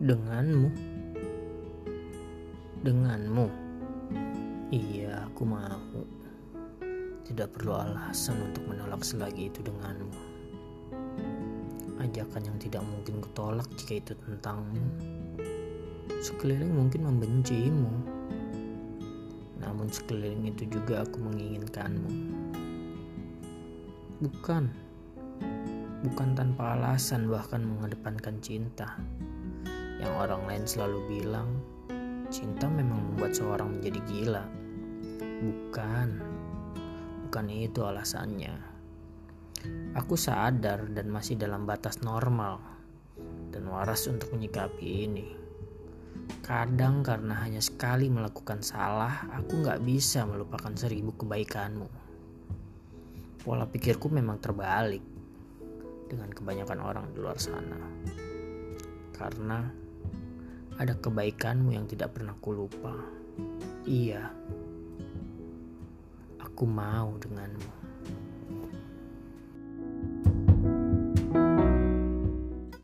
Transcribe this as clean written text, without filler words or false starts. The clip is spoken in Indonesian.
Denganmu, denganmu. Iya, aku mau. Tidak perlu alasan untuk menolak selagi itu denganmu. Ajakan yang tidak mungkin kutolak jika itu tentangmu. Sekeliling mungkin membencimu, namun sekeliling itu juga aku menginginkanmu. Bukan tanpa alasan, bahkan mengedepankan cinta. Yang orang lain selalu bilang, cinta memang membuat seorang menjadi gila. Bukan itu alasannya. Aku sadar dan masih dalam batas normal dan waras untuk menyikapi ini. Kadang karena hanya sekali melakukan salah, aku gak bisa melupakan 1000 kebaikanmu. Pola pikirku memang terbalik dengan kebanyakan orang di luar sana. Karena ada kebaikanmu yang tidak pernah kulupa. Iya, aku mau denganmu.